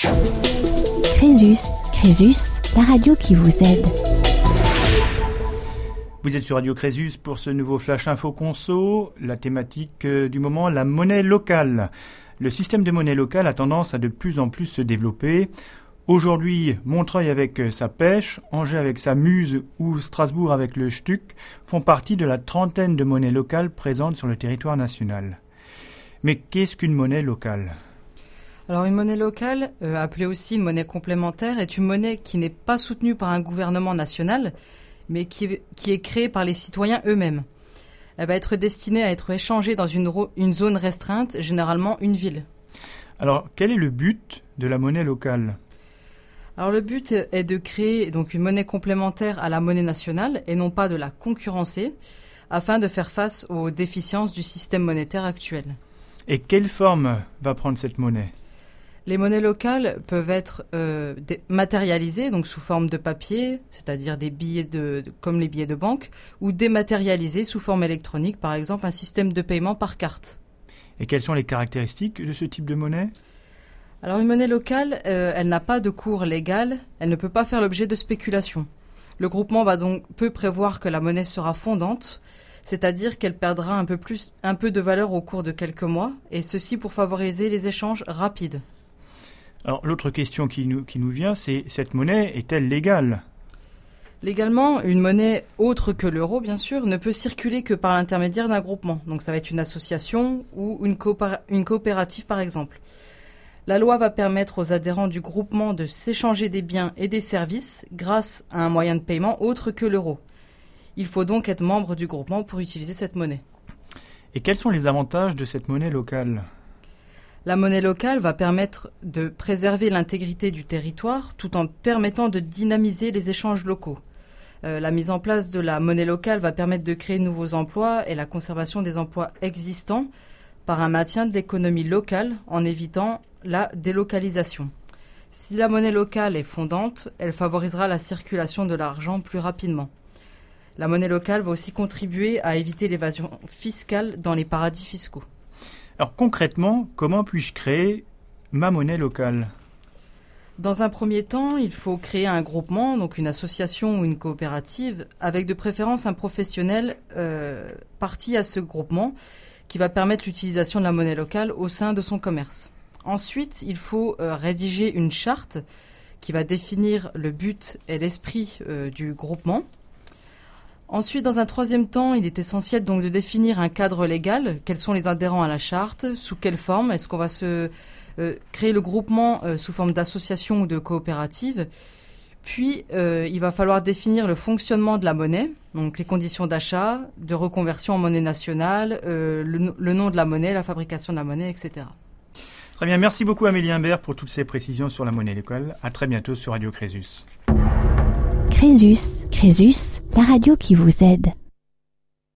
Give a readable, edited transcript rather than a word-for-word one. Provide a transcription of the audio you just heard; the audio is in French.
Crésus, la radio qui vous aide. Vous êtes sur Radio Crésus pour ce nouveau Flash Info Conso. La thématique du moment, la monnaie locale. Le système de monnaie locale a tendance à de plus en plus se développer. Aujourd'hui, Montreuil avec sa pêche, Angers avec sa muse ou Strasbourg avec le Stuc font partie de la trentaine de monnaies locales présentes sur le territoire national. Mais qu'est-ce qu'une monnaie locale ? Alors une monnaie locale, appelée aussi une monnaie complémentaire, est une monnaie qui n'est pas soutenue par un gouvernement national, mais qui est créée par les citoyens eux-mêmes. Elle va être destinée à être échangée dans une zone restreinte, généralement une ville. Alors, quel est le but de la monnaie locale ? Alors le but est de créer donc une monnaie complémentaire à la monnaie nationale et non pas de la concurrencer, afin de faire face aux déficiences du système monétaire actuel. Et quelle forme va prendre cette monnaie ? Les monnaies locales peuvent être matérialisées, donc sous forme de papier, c'est-à-dire des billets comme les billets de banque, ou dématérialisées sous forme électronique, par exemple un système de paiement par carte. Et quelles sont les caractéristiques de ce type de monnaie ? Alors une monnaie locale, elle n'a pas de cours légal, elle ne peut pas faire l'objet de spéculation. Le groupement peut prévoir que la monnaie sera fondante, c'est-à-dire qu'elle perdra un peu de valeur au cours de quelques mois, et ceci pour favoriser les échanges rapides. Alors, l'autre question qui nous vient, c'est cette monnaie est-elle légale ? Légalement, une monnaie autre que l'euro, bien sûr, ne peut circuler que par l'intermédiaire d'un groupement. Donc ça va être une association ou une coopérative, par exemple. La loi va permettre aux adhérents du groupement de s'échanger des biens et des services grâce à un moyen de paiement autre que l'euro. Il faut donc être membre du groupement pour utiliser cette monnaie. Et quels sont les avantages de cette monnaie locale ? La monnaie locale va permettre de préserver l'intégrité du territoire tout en permettant de dynamiser les échanges locaux. La mise en place de la monnaie locale va permettre de créer de nouveaux emplois et la conservation des emplois existants par un maintien de l'économie locale en évitant la délocalisation. Si la monnaie locale est fondante, elle favorisera la circulation de l'argent plus rapidement. La monnaie locale va aussi contribuer à éviter l'évasion fiscale dans les paradis fiscaux. Alors concrètement, comment puis-je créer ma monnaie locale ? Dans un premier temps, il faut créer un groupement, donc une association ou une coopérative, avec de préférence un professionnel parti à ce groupement qui va permettre l'utilisation de la monnaie locale au sein de son commerce. Ensuite, il faut rédiger une charte qui va définir le but et l'esprit du groupement. Ensuite, dans un troisième temps, il est essentiel donc de définir un cadre légal. Quels sont les adhérents à la charte ? Sous quelle forme ? Est-ce qu'on va créer le groupement sous forme d'association ou de coopérative ? Puis, il va falloir définir le fonctionnement de la monnaie, donc les conditions d'achat, de reconversion en monnaie nationale, le nom de la monnaie, la fabrication de la monnaie, etc. Très bien, merci beaucoup Amélie Imbert pour toutes ces précisions sur la monnaie locale. À très bientôt sur Radio Crésus. Crésus, la radio qui vous aide.